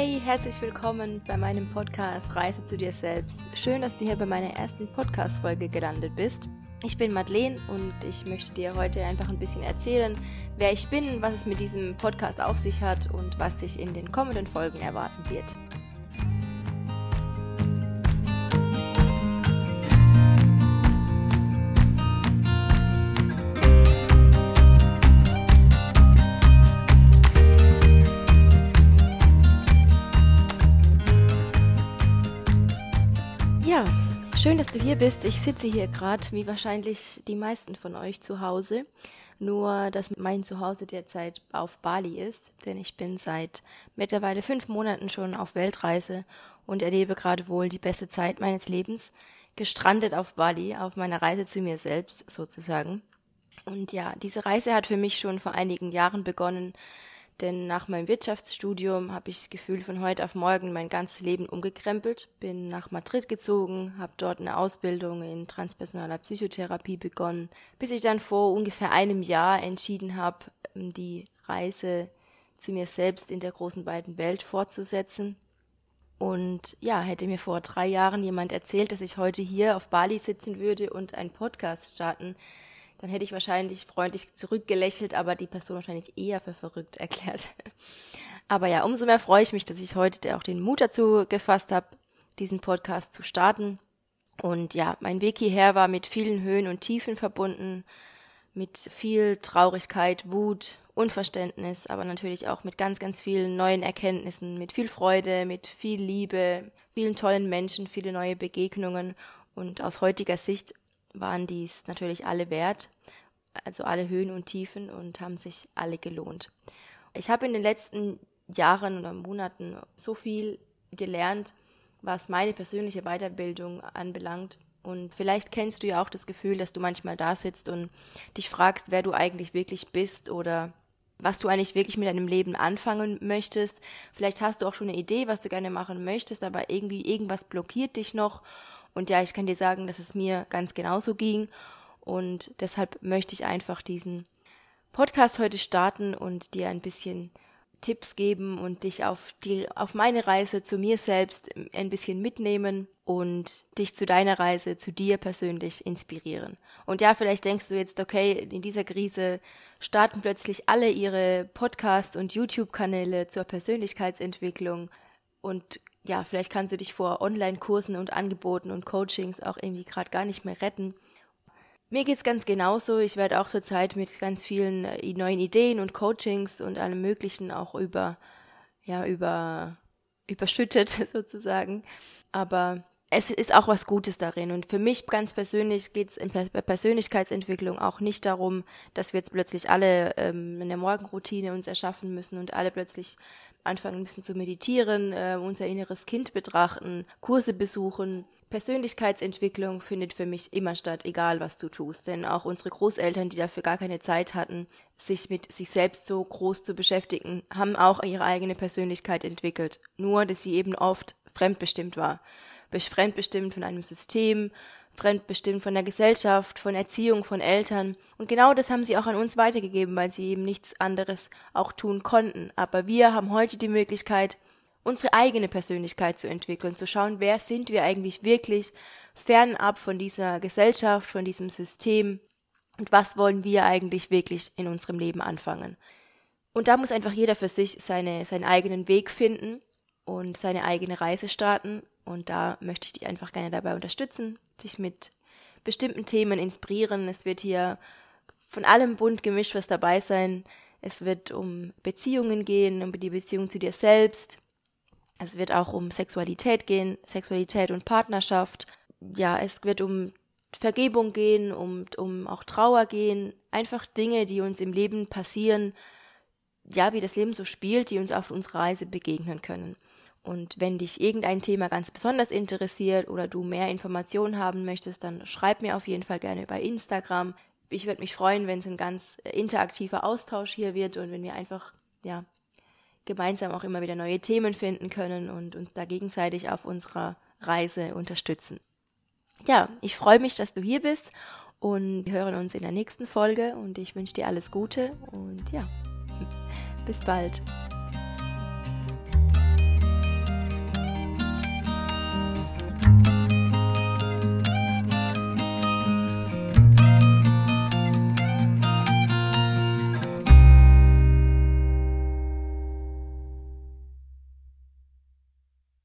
Hey, herzlich willkommen bei meinem Podcast Reise zu dir selbst. Schön, dass du hier bei meiner ersten Podcast-Folge gelandet bist. Ich bin Madeleine und ich möchte dir heute einfach ein bisschen erzählen, wer ich bin, was es mit diesem Podcast auf sich hat und was dich in den kommenden Folgen erwarten wird. Ja, schön, dass du hier bist. Ich sitze hier gerade, wie wahrscheinlich die meisten von euch, zu Hause. Nur, dass mein Zuhause derzeit auf Bali ist, denn ich bin seit mittlerweile 5 Monaten schon auf Weltreise und erlebe gerade wohl die beste Zeit meines Lebens, gestrandet auf Bali, auf meiner Reise zu mir selbst sozusagen. Und ja, diese Reise hat für mich schon vor einigen Jahren begonnen, denn nach meinem Wirtschaftsstudium habe ich das Gefühl von heute auf morgen mein ganzes Leben umgekrempelt, bin nach Madrid gezogen, habe dort eine Ausbildung in transpersonaler Psychotherapie begonnen, bis ich dann vor ungefähr einem Jahr entschieden habe, die Reise zu mir selbst in der großen weiten Welt fortzusetzen. Und ja, hätte mir vor 3 Jahren jemand erzählt, dass ich heute hier auf Bali sitzen würde und einen Podcast starten, dann hätte ich wahrscheinlich freundlich zurückgelächelt, aber die Person wahrscheinlich eher für verrückt erklärt. Aber ja, umso mehr freue ich mich, dass ich heute auch den Mut dazu gefasst habe, diesen Podcast zu starten. Und ja, mein Weg hierher war mit vielen Höhen und Tiefen verbunden, mit viel Traurigkeit, Wut, Unverständnis, aber natürlich auch mit ganz, ganz vielen neuen Erkenntnissen, mit viel Freude, mit viel Liebe, vielen tollen Menschen, viele neue Begegnungen. Und aus heutiger Sicht waren dies natürlich alle wert, also alle Höhen und Tiefen, und haben sich alle gelohnt. Ich habe in den letzten Jahren oder Monaten so viel gelernt, was meine persönliche Weiterbildung anbelangt. Und vielleicht kennst du ja auch das Gefühl, dass du manchmal da sitzt und dich fragst, wer du eigentlich wirklich bist oder was du eigentlich wirklich mit deinem Leben anfangen möchtest. Vielleicht hast du auch schon eine Idee, was du gerne machen möchtest, aber irgendwie irgendwas blockiert dich noch. Und ja, ich kann dir sagen, dass es mir ganz genauso ging, und deshalb möchte ich einfach diesen Podcast heute starten und dir ein bisschen Tipps geben und dich auf meine Reise zu mir selbst ein bisschen mitnehmen und dich zu deiner Reise zu dir persönlich inspirieren. Und ja, vielleicht denkst du jetzt, okay, in dieser Krise starten plötzlich alle ihre Podcast- und YouTube-Kanäle zur Persönlichkeitsentwicklung, und ja, vielleicht kannst du dich vor Online-Kursen und Angeboten und Coachings auch irgendwie gerade gar nicht mehr retten. Mir geht's ganz genauso. Ich werde auch zurzeit mit ganz vielen neuen Ideen und Coachings und allem Möglichen auch überschüttet sozusagen. Aber es ist auch was Gutes darin. Und für mich ganz persönlich geht's in Persönlichkeitsentwicklung auch nicht darum, dass wir jetzt plötzlich alle eine Morgenroutine uns erschaffen müssen und alle plötzlich anfangen müssen zu meditieren, unser inneres Kind betrachten, Kurse besuchen. Persönlichkeitsentwicklung findet für mich immer statt, egal was du tust. Denn auch unsere Großeltern, die dafür gar keine Zeit hatten, sich mit sich selbst so groß zu beschäftigen, haben auch ihre eigene Persönlichkeit entwickelt. Nur, dass sie eben oft fremdbestimmt war. Fremdbestimmt von einem System, fremdbestimmt von der Gesellschaft, von Erziehung, von Eltern. Und genau das haben sie auch an uns weitergegeben, weil sie eben nichts anderes auch tun konnten. Aber wir haben heute die Möglichkeit, unsere eigene Persönlichkeit zu entwickeln, zu schauen, wer sind wir eigentlich wirklich, fernab von dieser Gesellschaft, von diesem System, und was wollen wir eigentlich wirklich in unserem Leben anfangen. Und da muss einfach jeder für sich seinen eigenen Weg finden und seine eigene Reise starten. Und da möchte ich dich einfach gerne dabei unterstützen, dich mit bestimmten Themen inspirieren. Es wird hier von allem bunt gemischt was dabei sein. Es wird um Beziehungen gehen, um die Beziehung zu dir selbst. Es wird auch um Sexualität gehen, Sexualität und Partnerschaft. Ja, es wird um Vergebung gehen, um auch Trauer gehen. Einfach Dinge, die uns im Leben passieren, ja, wie das Leben so spielt, die uns auf unserer Reise begegnen können. Und wenn dich irgendein Thema ganz besonders interessiert oder du mehr Informationen haben möchtest, dann schreib mir auf jeden Fall gerne bei Instagram. Ich würde mich freuen, wenn es ein ganz interaktiver Austausch hier wird und wenn wir einfach gemeinsam auch immer wieder neue Themen finden können und uns da gegenseitig auf unserer Reise unterstützen. Ja, ich freue mich, dass du hier bist, und wir hören uns in der nächsten Folge, und ich wünsche dir alles Gute und ja, bis bald.